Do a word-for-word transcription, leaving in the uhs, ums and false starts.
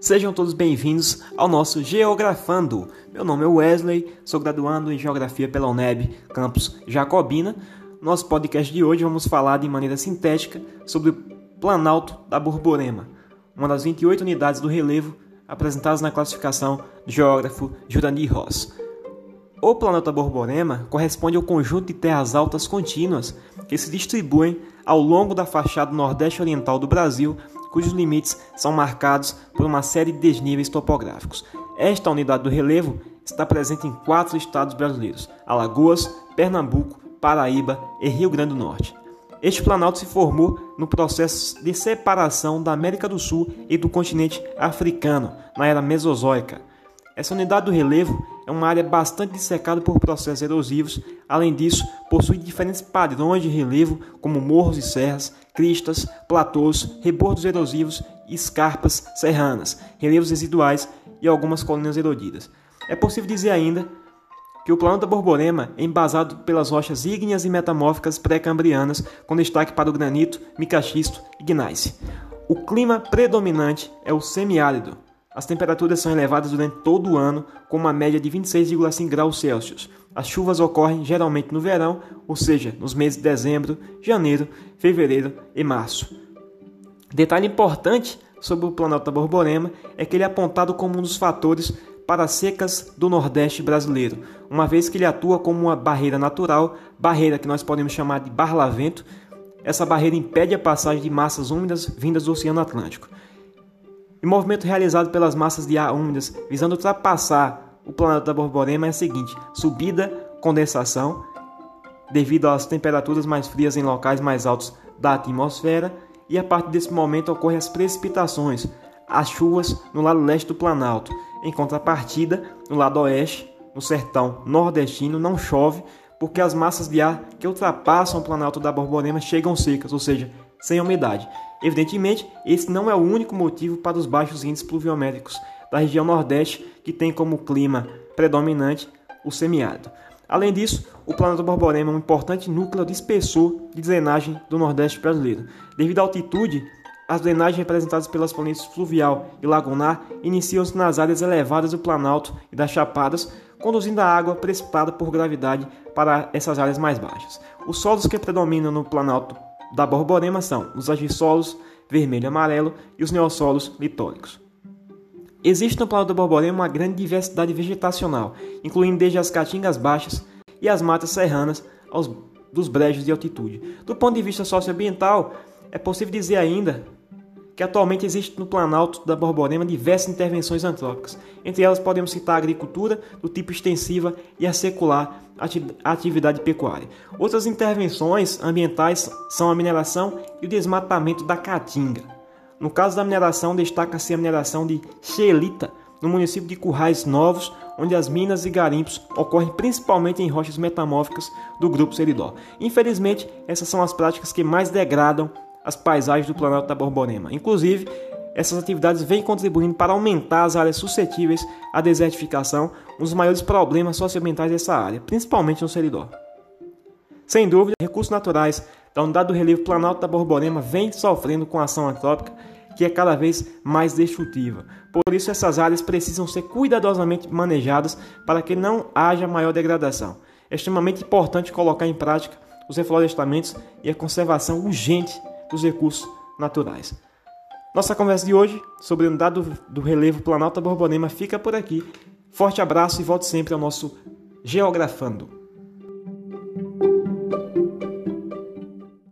Sejam todos bem-vindos ao nosso Geografando. Meu nome é Wesley, sou graduando em Geografia pela UNEB, campus Jacobina. No nosso podcast de hoje vamos falar de maneira sintética sobre o Planalto da Borborema, uma das vinte e oito unidades do relevo apresentadas na classificação do geógrafo Jurandir Ross. O Planalto da Borborema corresponde ao conjunto de terras altas contínuas que se distribuem ao longo da fachada nordeste oriental do Brasil, cujos limites são marcados por uma série de desníveis topográficos. Esta unidade do relevo está presente em quatro estados brasileiros: Alagoas, Pernambuco, Paraíba e Rio Grande do Norte. Este planalto se formou no processo de separação da América do Sul e do continente africano, na era mesozoica. Essa unidade do relevo é uma área bastante dissecada por processos erosivos. Além disso, possui diferentes padrões de relevo, como morros e serras, cristas, platôs, rebordos erosivos, escarpas serranas, relevos residuais e algumas colinas erodidas. É possível dizer ainda que o Planalto da Borborema é embasado pelas rochas ígneas e metamórficas pré-cambrianas, com destaque para o granito, micaxisto e gneiss. O clima predominante é o semiárido. As temperaturas são elevadas durante todo o ano, com uma média de vinte e seis vírgula cinco graus Celsius. As chuvas ocorrem geralmente no verão, ou seja, nos meses de dezembro, janeiro, fevereiro e março. Detalhe importante sobre o Planalto da Borborema é que ele é apontado como um dos fatores para as secas do Nordeste brasileiro, uma vez que ele atua como uma barreira natural, barreira que nós podemos chamar de barlavento. Essa barreira impede a passagem de massas úmidas vindas do Oceano Atlântico. O movimento realizado pelas massas de ar úmidas visando ultrapassar o Planalto da Borborema é o seguinte: subida, condensação, devido às temperaturas mais frias em locais mais altos da atmosfera, e a partir desse momento ocorrem as precipitações, as chuvas no lado leste do Planalto. Em contrapartida, no lado oeste, no sertão nordestino, não chove, porque as massas de ar que ultrapassam o Planalto da Borborema chegam secas, ou seja, sem umidade. Evidentemente, esse não é o único motivo para os baixos índices pluviométricos da região nordeste, que tem como clima predominante o semiárido. Além disso, o Planalto da Borborema é um importante núcleo de espessor de drenagem do Nordeste brasileiro. Devido à altitude, as drenagens representadas pelas planícies fluvial e lagunar iniciam-se nas áreas elevadas do Planalto e das Chapadas, conduzindo a água precipitada por gravidade para essas áreas mais baixas. Os solos que predominam no Planalto da Borborema são os argissolos vermelho e amarelo e os neossolos litóricos. Existe no Planalto da Borborema uma grande diversidade vegetacional, incluindo desde as caatingas baixas e as matas serranas aos dos brejos de altitude. Do ponto de vista socioambiental, é possível dizer ainda que atualmente existe no Planalto da Borborema diversas intervenções antrópicas. Entre elas podemos citar a agricultura do tipo extensiva e a secular, a atividade pecuária. Outras intervenções ambientais são a mineração e o desmatamento da caatinga. No caso da mineração, destaca-se a mineração de scheelita, no município de Currais Novos, onde as minas e garimpos ocorrem principalmente em rochas metamórficas do grupo Seridó. Infelizmente, essas são as práticas que mais degradam as paisagens do Planalto da Borborema. Inclusive, essas atividades vêm contribuindo para aumentar as áreas suscetíveis à desertificação, um dos maiores problemas socioambientais dessa área, principalmente no Seridó. Sem dúvida, recursos naturais da unidade do relevo Planalto da Borborema vêm sofrendo com a ação antrópica, que é cada vez mais destrutiva. Por isso, essas áreas precisam ser cuidadosamente manejadas para que não haja maior degradação. É extremamente importante colocar em prática os reflorestamentos e a conservação urgente dos recursos naturais. Nossa conversa de hoje sobre a unidade do, do relevo Planalto da Borborema fica por aqui. Forte abraço e volte sempre ao nosso Geografando.